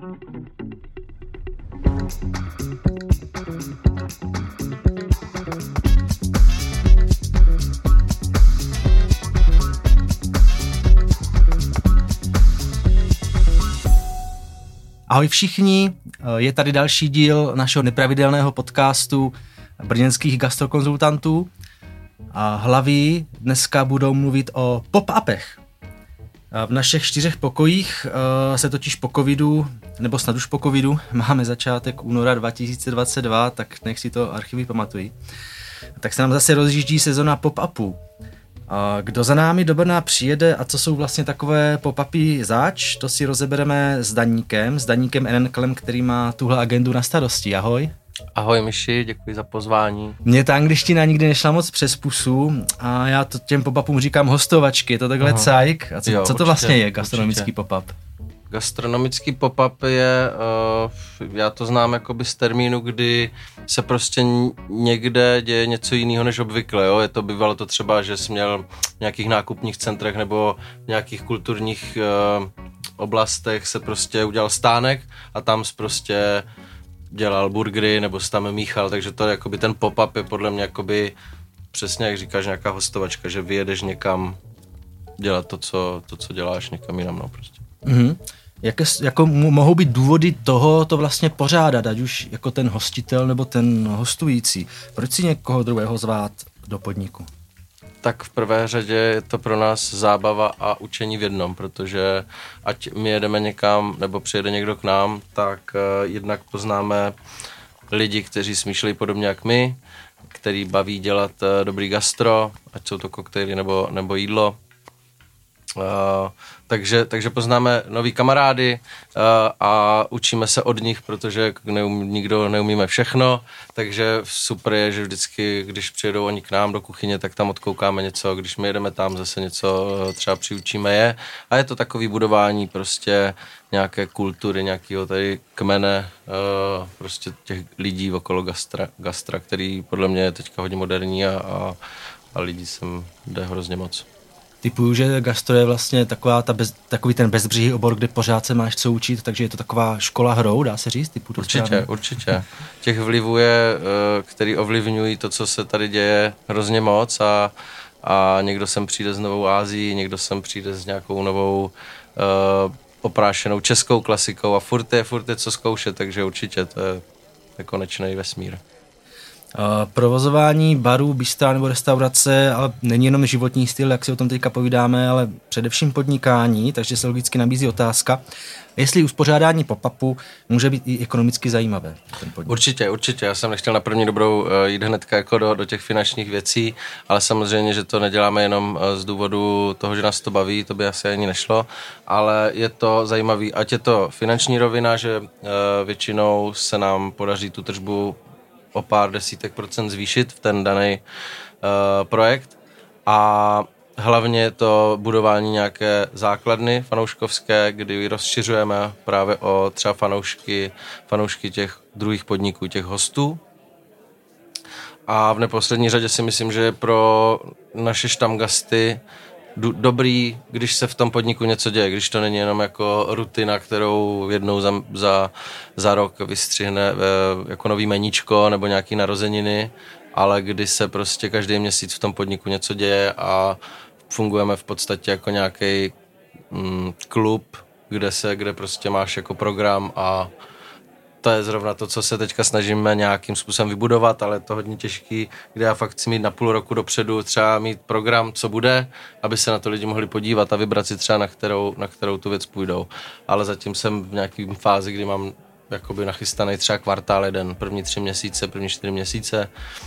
Ahoj všichni, je tady další díl našeho nepravidelného podcastu brněnských gastrokonzultantů. A hlavy dneska budou mluvit o pop-upech. V našich 4 pokojích se totiž po covidu, nebo snad už po covidu, máme začátek února 2022, tak nech si to archivy pamatují. Tak se nám zase rozjíždí sezona pop-upů. Kdo za námi do Brna přijede a co jsou vlastně takové pop-upy zač, to si rozebereme s Daníkem Enenklem, který má tuhle agendu na starosti. Ahoj. Ahoj Myši, děkuji za pozvání. Mně ta angličtina nikdy nešla moc přes pusu a já to těm pop-upům říkám hostovačky, je to takhle cajk. A co to vlastně je gastronomický pop-up? Gastronomický pop-up je, já to znám jakoby z termínu, kdy se prostě někde děje něco jiného než obvykle, jo? Bývalo to třeba, že jsi měl v nějakých nákupních centrech nebo v nějakých kulturních oblastech se prostě udělal stánek a tam jsi prostě dělal burgery nebo jsi tam míchal, takže to jakoby ten pop-up je podle mě jakoby přesně jak říkáš nějaká hostovačka, že vyjedeš někam dělat to, co děláš někam jinam, no prostě. Mm-hmm. Jako mohou být důvody toho to vlastně pořádat, ať už jako ten hostitel nebo ten hostující? Proč si někoho druhého zvát do podniku? Tak v prvé řadě je to pro nás zábava a učení v jednom, protože ať my jedeme někam nebo přijede někdo k nám, tak jednak poznáme lidi, kteří smýšlejí podobně jak my, který baví dělat dobrý gastro, ať jsou to koktejly nebo jídlo. Takže poznáme nový kamarády a učíme se od nich, protože nikdo neumíme všechno, takže super je, že vždycky, když přijedou oni k nám do kuchyně, tak tam odkoukáme něco, když my jedeme tam, zase něco třeba přiučíme je a je to takový budování prostě nějaké kultury, nějakého tady kmene, prostě těch lidí okolo gastra, který podle mě je teďka hodně moderní a lidí sem jde hrozně moc. Typuju, že gastro je vlastně takový ten bezbřehý obor, kde pořád se máš co učit, takže je to taková škola hrou, dá se říct? Určitě. Těch vlivů je, který ovlivňují to, co se tady děje hrozně moc a někdo sem přijde s novou Ázií, někdo sem přijde s nějakou novou oprášenou českou klasikou a furt je co zkoušet, takže určitě to je konečný vesmír. Provozování barů, bistra nebo restaurace, ale není jenom životní styl, jak si o tom teďka povídáme, ale především podnikání, takže se logicky nabízí otázka, jestli uspořádání pop-upu může být i ekonomicky zajímavé. Určitě. Já jsem nechtěl na první dobrou jít hnedka jako do těch finančních věcí, ale samozřejmě, že to neděláme jenom z důvodu toho, že nás to baví, to by asi ani nešlo, ale je to zajímavý, ať je to finanční rovina, že většinou se nám podaří tu tržbu o pár desítek procent zvýšit v ten daný projekt a hlavně je to budování nějaké základny fanouškovské, kdy rozšiřujeme právě o třeba fanoušky těch druhých podniků, těch hostů. A v neposlední řadě si myslím, že je pro naše štamgasty dobrý, když se v tom podniku něco děje, když to není jenom jako rutina, kterou jednou za rok vystřihne jako nový meníčko nebo nějaký narozeniny, ale kdy se prostě každý měsíc v tom podniku něco děje a fungujeme v podstatě jako nějaký klub, kde prostě máš jako program a to je zrovna to, co se teďka snažíme nějakým způsobem vybudovat, ale je to hodně těžký, kde já fakt chci mít na půl roku dopředu třeba mít program, co bude, aby se na to lidi mohli podívat a vybrat si třeba na kterou tu věc půjdou. Ale zatím jsem v nějaké fázi, kdy mám jakoby nachystaný třeba kvartál jeden, první 3 měsíce, první 4 měsíce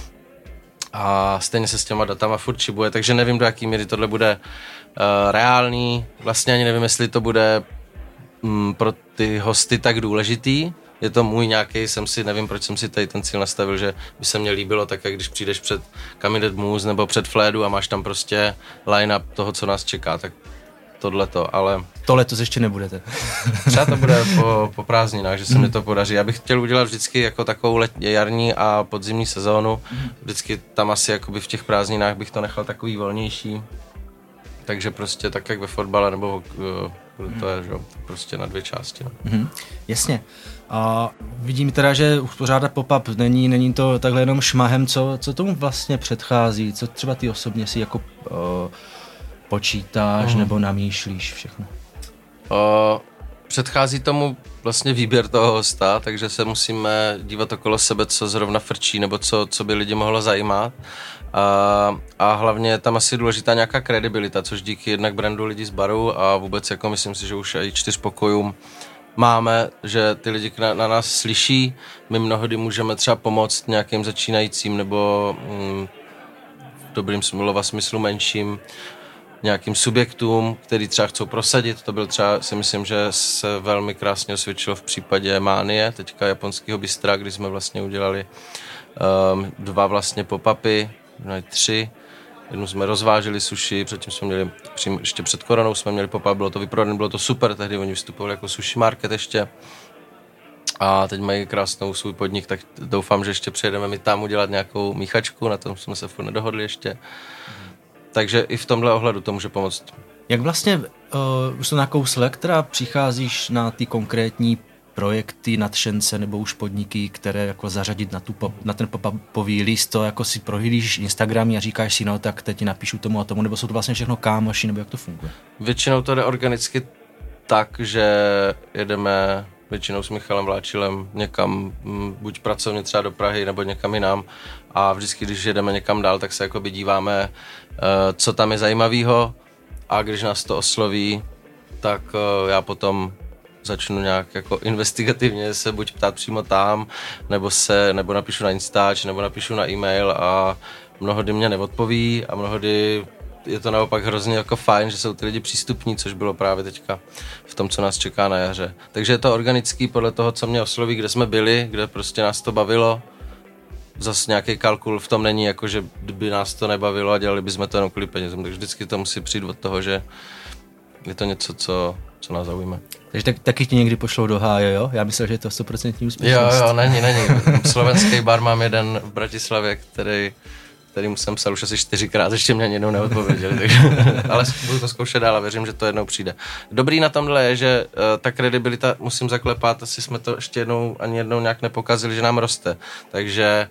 a stejně se s těma datama furt čibuje, takže nevím, do jaký míry tohle bude reálný, vlastně ani nevím, jestli to bude pro ty hosty tak důležitý. Je to můj nějaký, nevím, proč jsem si tady ten cíl nastavil, že by se mně líbilo tak, jak když přijdeš před Cabinet Moose nebo před Flédu a máš tam prostě line-up toho, co nás čeká, tak tohleto, ale... To letos ještě nebudete. Třeba to bude po prázdninách, že se mi to podaří. Já bych chtěl udělat vždycky jako takovou jarní a podzimní sezónu. Vždycky tam asi jakoby v těch prázdninách bych to nechal takový volnější. Takže prostě tak, jak ve fotbale nebo to je, že jo, prostě na 2 části. No. Jasně. A vidím teda, že uspořádat pop-up není to takhle jenom šmahem, co tomu vlastně předchází, co třeba ty osobně si jako počítáš nebo namýšlíš všechno? Předchází tomu vlastně výběr toho hosta, takže se musíme dívat okolo sebe, co zrovna frčí, nebo co by lidi mohlo zajímat. A hlavně je tam asi důležitá nějaká kredibilita, což díky jednak brandu lidí z baru a vůbec jako myslím si, že už i 4 pokojům máme, že ty lidi na nás slyší, my mnohdy můžeme třeba pomoct nějakým začínajícím nebo v dobrým slova smyslu menším nějakým subjektům, který třeba chcou prosadit. To byl třeba, si myslím, že se velmi krásně osvědčilo v případě Mánie, teďka japonského bystra, kdy jsme vlastně udělali 2 vlastně pop-upy, 3. Jednu jsme rozváželi sushi, předtím jsme měli, ještě před koronou jsme měli pop-up, bylo to vyprodané, bylo to super, tehdy oni vystupovali jako sushi market ještě. A teď mají krásnou svůj podnik, tak doufám, že ještě přijedeme mi tam udělat nějakou míchačku, na tom jsme se furt nedohodli ještě. Takže i v tomhle ohledu to může pomoct. Jak vlastně už to nakousle, která přicházíš na ty konkrétní projekty, nadšence nebo už podniky, které jako zařadit na ten pop-upový list, to jako si prohlídíš Instagramy a říkáš si, no tak teď ti napíšu tomu a tomu, nebo jsou to vlastně všechno kámoši, nebo jak to funguje? Většinou to jde organicky tak, že jedeme většinou s Michalem Vláčilem někam, buď pracovně třeba do Prahy, nebo někam jinam a vždycky, když jedeme někam dál, tak se jakoby díváme, co tam je zajímavého a když nás to osloví, tak já potom začnu nějak jako investigativně se buď ptát přímo tam, nebo napíšu na Instač, nebo napíšu na e-mail a mnohdy mě neodpoví a mnohdy je to naopak hrozně jako fajn, že jsou ty lidi přístupní, což bylo právě teďka v tom, co nás čeká na jaře. Takže je to organický podle toho, co mě osloví, kde jsme byli, kde prostě nás to bavilo. Zas nějaký kalkul v tom není, jako že by nás to nebavilo a dělali bychom to jenom kvůli penězům. Takže vždycky to musí přijít od toho, že je to něco, co nás zaujme. Takže taky ti někdy pošlou do háje, jo? Já myslel, že je to 100% úspěšnost. Jo, není. Slovenský bar mám jeden v Bratislavě, kterým jsem psal už asi 4krát, ještě mě ani jednou neodpověděli, takže, ale budu to zkoušet dál a věřím, že to jednou přijde. Dobrý na tomhle je, že ta kredibilita, musím zaklepat, asi jsme to ještě ani jednou nějak nepokazili, že nám roste, takže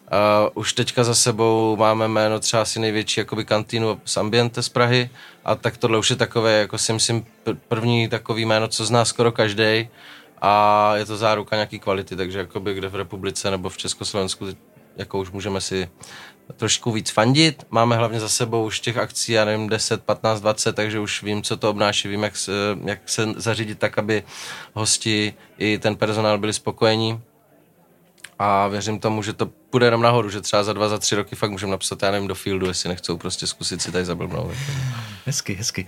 už teďka za sebou máme jméno třeba asi největší jakoby kantýnu z Ambiente z Prahy a tak tohle už je takové, jako si myslím, první takový jméno, co zná skoro každej a je to záruka nějaký kvality, takže jakoby kde v republice nebo v Československu jako už můžeme si trošku víc fandit. Máme hlavně za sebou už těch akcí, já nevím, 10, 15, 20, takže už vím, co to obnáší, vím, jak se zařídit tak, aby hosti i ten personál byli spokojení. A věřím tomu, že to půjde jenom nahoru, že třeba za 2, za 3 roky fakt můžeme napsat, já nevím, do fieldu, jestli nechcou prostě zkusit si tady zablbnout. Hezky.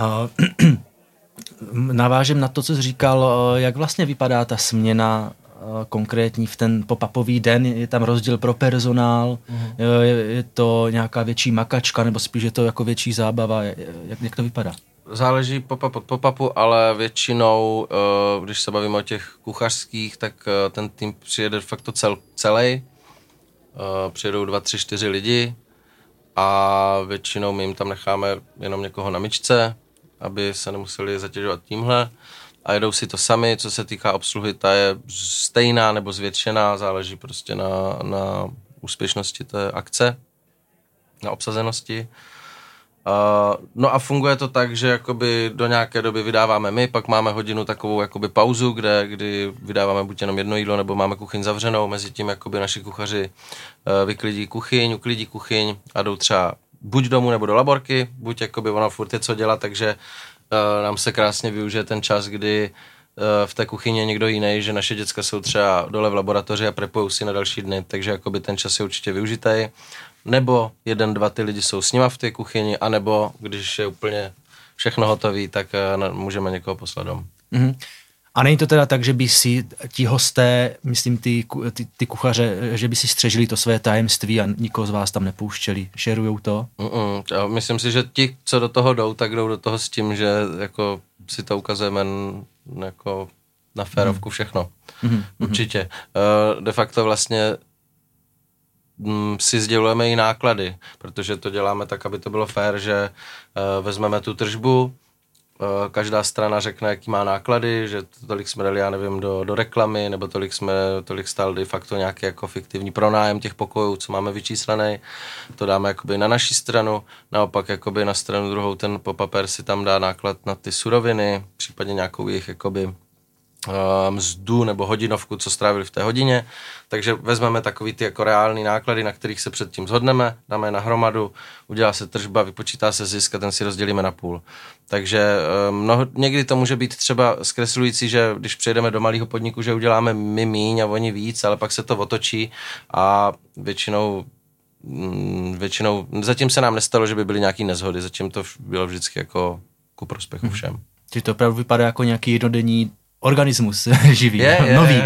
Navážem na to, co jsi říkal, jak vlastně vypadá ta směna konkrétní v ten pop-upový den, je tam rozdíl pro personál, je to nějaká větší makačka, nebo spíš je to jako větší zábava, jak to vypadá? Záleží pop-up od pop-upu, ale většinou, když se bavíme o těch kuchařských, tak ten tým přijede fakt to celý. Přijedou 2, 3, 4 lidi a většinou my jim tam necháme jenom někoho na myčce, aby se nemuseli zatěžovat tímhle. A jedou si to sami, co se týká obsluhy, ta je stejná nebo zvětšená, záleží prostě na úspěšnosti té akce, na obsazenosti. No a funguje to tak, že jakoby do nějaké doby vydáváme my, pak máme hodinu takovou jakoby pauzu, kdy vydáváme buď jenom jedno jídlo, nebo máme kuchyň zavřenou, mezi tím jakoby naši kuchaři uklidí kuchyň a jdou třeba buď domů nebo do laborky, buď jakoby ona furt je co dělat, takže nám se krásně využije ten čas, kdy v té kuchyni je někdo jiný, že naše děcka jsou třeba dole v laboratoři a prepojou si na další dny, takže jakoby ten čas je určitě využitý. Nebo 1, 2 ty lidi jsou s nima v té kuchyni, anebo když je úplně všechno hotový, tak můžeme někoho poslat domů. Mm-hmm. A není to teda tak, že by si ti hosté, myslím ty kuchaře, že by si střežili to své tajemství a nikoho z vás tam nepouštěli? Šerujou to? Já myslím si, že ti, co do toho jdou, tak jdou do toho s tím, že jako si to ukazujeme jako na férovku všechno. Určitě. De facto vlastně si sdělujeme i náklady, protože to děláme tak, aby to bylo fér, že vezmeme tu tržbu, každá strana řekne, jaký má náklady, že tolik jsme dali, já nevím, do reklamy, nebo tolik stál de facto nějaký jako fiktivní pronájem těch pokojů, co máme vyčíslený. To dáme jakoby na naší stranu, naopak jakoby na stranu druhou ten pop-upper si tam dá náklad na ty suroviny, případně nějakou jejich jakoby mzdu nebo hodinovku, co strávili v té hodině. Takže vezmeme takový ty jako reální náklady, na kterých se předtím shodneme, dáme je na hromadu, udělá se tržba, vypočítá se zisk a ten si rozdělíme na půl. Takže někdy to může být třeba zkreslující, že když přejdeme do malého podniku, že uděláme my míň a oni víc, ale pak se to otočí a většinou zatím se nám nestalo, že by byly nějaký neshody, zatím to bylo vždycky jako ku prospěchu všem. Čiže to opravdu vypadá jako nějaký jednodenní organismus živý, nový.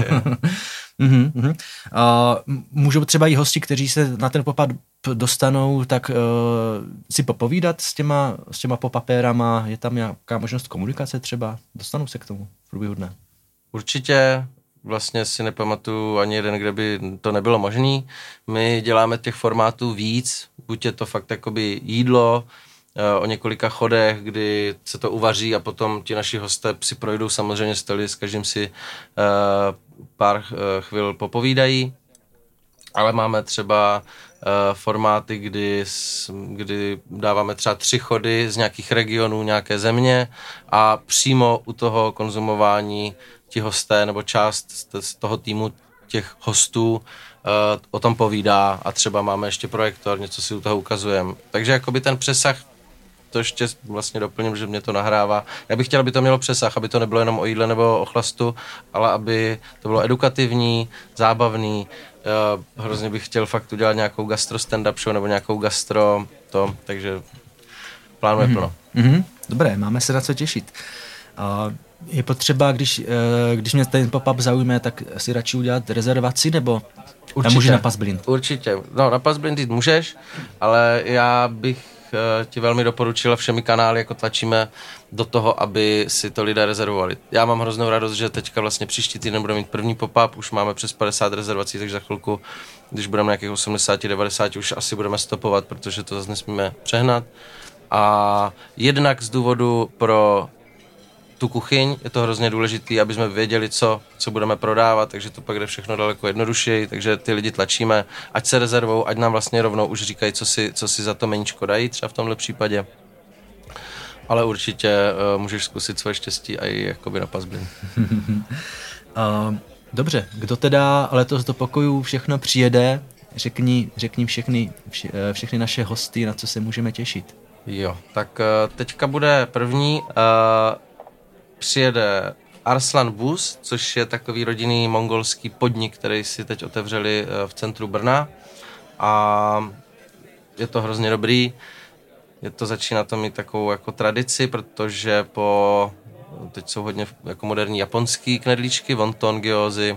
Můžou třeba i hosti, kteří se na ten pop-up dostanou, tak si popovídat s těma pop-upérama, je tam nějaká možnost komunikace třeba? Dostanou se k tomu v průběhu dne? Určitě, vlastně si nepamatuju ani jeden, kde by to nebylo možné. My děláme těch formátů víc, buď je to fakt jakoby jídlo, o několika chodech, kdy se to uvaří a potom ti naši hosté si projdou samozřejmě stoly, s každým si pár chvil popovídají, ale máme třeba formáty, kdy dáváme třeba 3 chody z nějakých regionů, nějaké země a přímo u toho konzumování ti hosté nebo část z toho týmu těch hostů o tom povídá a třeba máme ještě projektor, něco si u toho ukazujeme. Takže jakoby ten přesah, to ještě vlastně doplním, že mě to nahrává. Já bych chtěl, aby to mělo přesah, aby to nebylo jenom o jídle nebo o chlastu, ale aby to bylo edukativní, zábavný. Hrozně bych chtěl fakt udělat nějakou gastro stand-up show nebo nějakou gastro to, takže plánuje plno. Dobré, máme se na co těšit. Je potřeba, když mě ten pop-up zaujme, tak si radši udělat rezervaci, nebo tam může na Passblind? Určitě. No, na Passblind jít můžeš, ale já bych ti velmi doporučil, všemi kanály jako tlačíme do toho, aby si to lidé rezervovali. Já mám hroznou radost, že teďka vlastně příští týden budeme mít první pop-up, už máme přes 50 rezervací, takže za chvilku, když budeme na nějakých 80-90, už asi budeme stopovat, protože to zase nesmíme přehnat. A jednak z důvodu pro tu kuchyň je to hrozně důležitý, aby jsme věděli, co budeme prodávat, takže to pak jde všechno daleko jednodušeji, takže ty lidi tlačíme, ať se rezervou, ať nám vlastně rovnou už říkají, co si za to meníčko dají, třeba v tomhle případě. Ale určitě můžeš zkusit svoje štěstí a i jakoby na Passblind. Dobře, kdo teda letos do pokojů všechno přijede, řekni všechny naše hosty, na co se můžeme těšit. Jo, tak teďka bude první, přijede Arslan Bus, což je takový rodinný mongolský podnik, který si teď otevřeli v centru Brna a je to hrozně dobrý. Začíná to mít takovou jako tradici, protože teď jsou hodně jako moderní japonský knedlíčky, wonton, gyozy.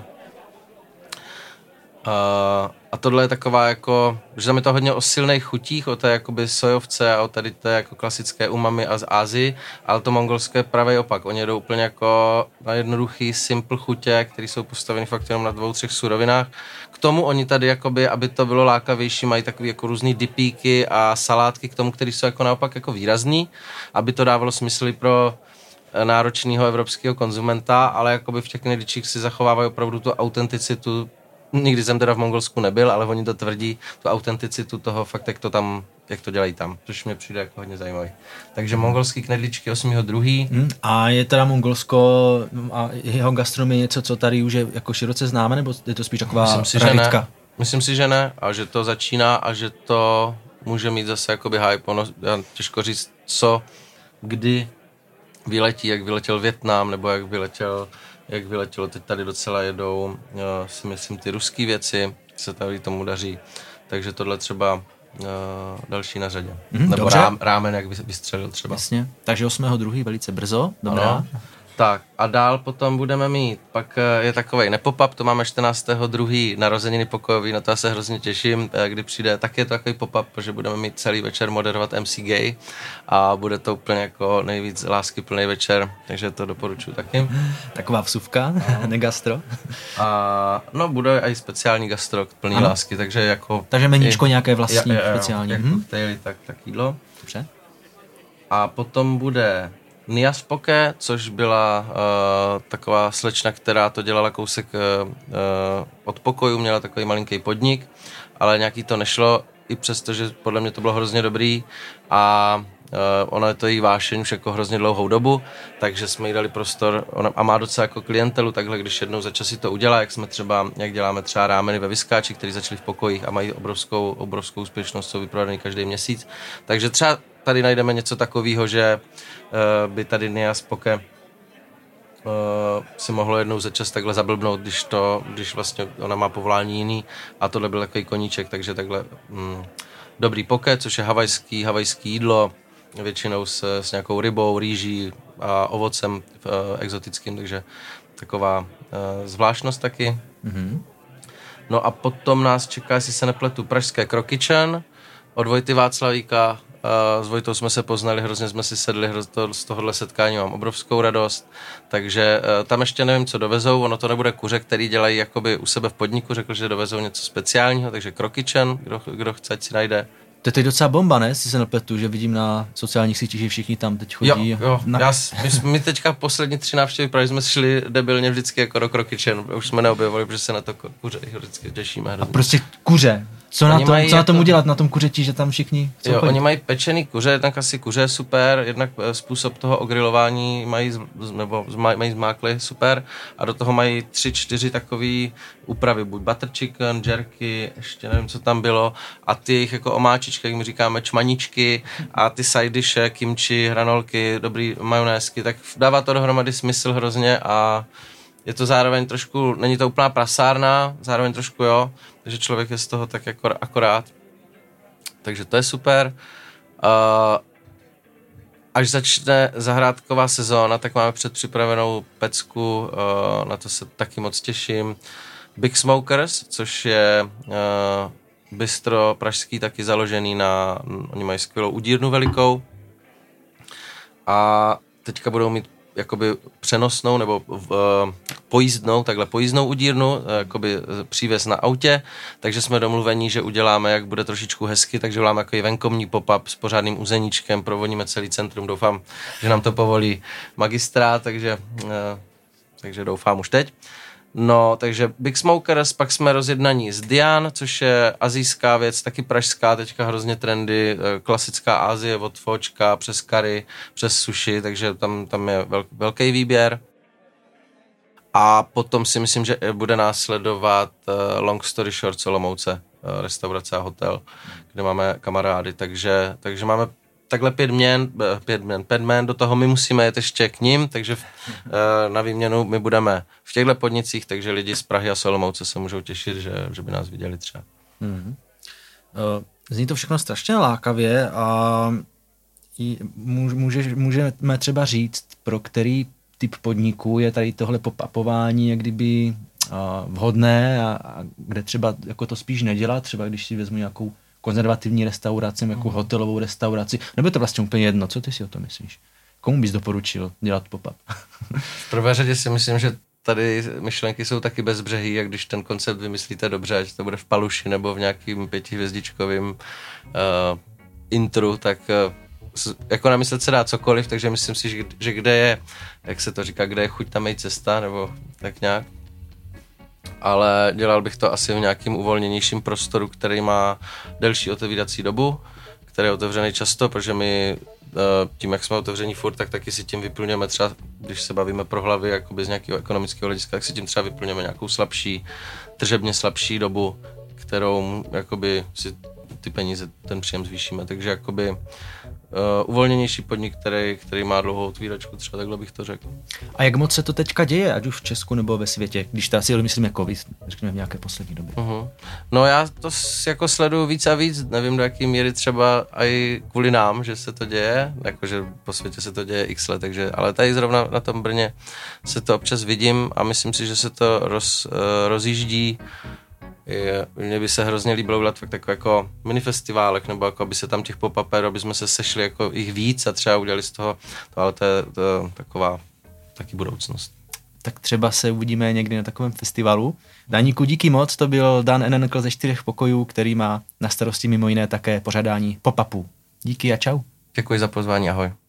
A tohle je taková jako, že tam je to hodně o silných chutích, o té jakoby sojovce a o tady té jako klasické umami a z Asii, ale to mongolské je pravý opak. Oni jedou úplně jako na jednoduchý, simple chutě, které jsou postaveny fakt jenom na 2-3 surovinách. K tomu oni tady jakoby, aby to bylo lákavější, mají takový jako různý dipíky a salátky k tomu, které jsou jako naopak jako výrazný, aby to dávalo smysl pro náročného evropského konzumenta, ale jakoby v těch knedlíčích si zachovávají opravdu tu autenticitu. Nikdy jsem teda v Mongolsku nebyl, ale oni to tvrdí, tu autenticitu toho fakt, jak to dělají tam, což mě přijde jako hodně zajímavý. Takže mongolský knedlíčky 8.2. A je teda Mongolsko a jeho gastronomie něco, co tady už je jako široce známe, nebo je to spíš taková raritka? Myslím si, že ne, a že to začíná a že to může mít zase jakoby hype. Těžko říct, kdy vyletí, jak vyletěl Vietnam, nebo jak vyletělo, teď tady docela jedou, si myslím, ty ruský věci, se tady tomu daří, takže tohle třeba další na řadě. Nebo rámen, jak vystřelil třeba. Jasně, takže 8.2. velice brzo, dobrá. Ano. Tak a dál potom budeme mít, pak je takovej nepop-up, to máme 14.2. narozeniny pokojový, na to já se hrozně těším, kdy přijde, tak je to takový pop-up, že budeme mít celý večer moderovat MC Gay a bude to úplně jako nejvíc láskyplný večer, takže to doporučuji taky. Taková vsuvka, ne gastro. No bude i speciální gastro plný lásky, takže jako... Takže meníčko nějaké vlastní speciální. Jak koktejly, tak jídlo. Dobře. A potom bude Nias Poke, což byla taková slečna, která to dělala kousek od pokoju, měla takový malinký podnik, ale nějaký to nešlo, i přesto, že podle mě to bylo hrozně dobrý a ona je to její vášeň už jako hrozně dlouhou dobu, takže jsme jí dali prostor a má docela jako klientelu, takhle když jednou za čas si to udělá, jak děláme třeba rámeny ve Viskáči, který začali v pokojích a mají obrovskou úspěšnost, jsou vyprodaný každý měsíc, takže třeba tady najdeme něco takového, že by tady Nias Poke si mohlo jednou za čas takhle zablbnout, když vlastně ona má povolání jiný a tohle byl takový koníček, takže takhle dobrý poke, což je havajský jídlo, většinou s nějakou rybou, rýží a ovocem exotickým, takže taková zvláštnost taky. Mm-hmm. No a potom nás čeká, jestli se nepletu, pražské Krokyčen od Vojty Václavíka. S Vojtou jsme se poznali, hrozně jsme si sedli, z tohohle setkání mám obrovskou radost, takže tam ještě nevím, co dovezou, ono to nebude kuře, který dělají jakoby u sebe v podniku, řekl, že dovezou něco speciálního, takže Krokyčen, kdo chce, ať si najde. To je teď docela bomba, ne? Si se nepletu, že vidím na sociálních sítích, že všichni tam teď chodí. Jo. My teďka poslední 3 návštěvy právě jsme šli debilně vždycky jako do Krokyčen, už jsme neobjevovali, protože se na to kuře vždycky těšíme. A prostě kuře. Co na tom udělat, na tom kuřeti, že tam všichni jo, oni mají pečený kuře, jednak asi kuře je super, jednak způsob toho ogrilování mají zmákly super a do toho mají 3-4 takový úpravy, buď butter chicken, jerky, ještě nevím, co tam bylo a ty jejich jako omáčičky, jak my říkáme, čmaničky a ty side dishe, kimchi, hranolky, dobrý majonézky, tak dává to dohromady smysl hrozně a je to zároveň trošku, není to úplná prasárna, zároveň trošku jo, takže člověk je z toho tak jako akorát. Takže to je super. Až začne zahrádková sezóna, tak máme předpřipravenou pecku, na to se taky moc těším. Big Smokers, což je bistro pražský, taky založený oni mají skvělou udírnu velikou a teďka budou mít jakoby přenosnou nebo pojízdnou udírnu, jakoby přívěs na autě, takže jsme domluveni, že uděláme, jak bude trošičku hezky, takže uděláme takový venkovní pop-up s pořádným uzeníčkem, provodíme celý centrum, doufám, že nám to povolí magistrát, takže doufám už teď. No, takže Big Smokers, pak jsme rozjednaní z Dian, což je asijská věc, taky pražská, teďka hrozně trendy, klasická Asie od fočka přes curry, přes sushi, takže tam je velký výběr. A potom si myslím, že bude následovat Long Story Short Olomouce, restaurace a hotel, kde máme kamarády, takže máme takhle 5 jmen, do toho my musíme jet ještě k ním, takže na výměnu my budeme v těchto podnicích, takže lidi z Prahy a z Olomouce se můžou těšit, že by nás viděli třeba. Mm-hmm. Zní to všechno strašně lákavě a můžeme třeba říct, pro který typ podniků je tady tohle pop-upování jak kdyby vhodné a kde třeba jako to spíš nedělat, třeba když si vezmu nějakou konzervativní restauraci, jako hotelovou restauraci, nebo je to vlastně úplně jedno, co ty si o to myslíš? Komu bys doporučil dělat pop-up? V prvé řadě si myslím, že tady myšlenky jsou taky bezbřehý, jak když ten koncept vymyslíte dobře, ať to bude v Paluši nebo v nějakým 5hvězdičkovým intru, tak jako namyslet se dá cokoliv, takže myslím si, že kde je, jak se to říká, kde je chuť, tam je cesta, nebo tak nějak. Ale dělal bych to asi v nějakým uvolněnějším prostoru, který má delší otevírací dobu, který je otevřený často, protože my tím, jak jsme otevření furt, tak taky si tím vyplňujeme třeba, když se bavíme pro hlavy jakoby z nějakého ekonomického hlediska, tak si tím třeba vyplňujeme nějakou tržebně slabší dobu, kterou jakoby si ty peníze, ten příjem zvýšíme, takže jakoby uvolněnější podnik, který má dlouhou otvíračku, třeba takhle bych to řekl. A jak moc se to teďka děje, ať už v Česku nebo ve světě, když to asi myslím jako řekněme v nějaké poslední době? No já to jako sleduju víc a víc, nevím do jaký míry třeba i kvůli nám, že se to děje, jakože po světě se to děje x let, takže, ale tady zrovna na tom Brně se to občas vidím a myslím si, že se to rozjíždí. Mně by se hrozně líbilo udělat fakt jako minifestiválek, nebo jako aby se tam těch pop-upérů, aby jsme se sešli jako jich víc a třeba udělali z toho, ale to je taková taky budoucnost. Tak třeba se uvidíme někdy na takovém festivalu. Daníku, díky moc, to byl Dan Enenkl ze 4 pokojů, který má na starosti mimo jiné také pořádání pop-upů. Díky a čau. Děkuji za pozvání, ahoj.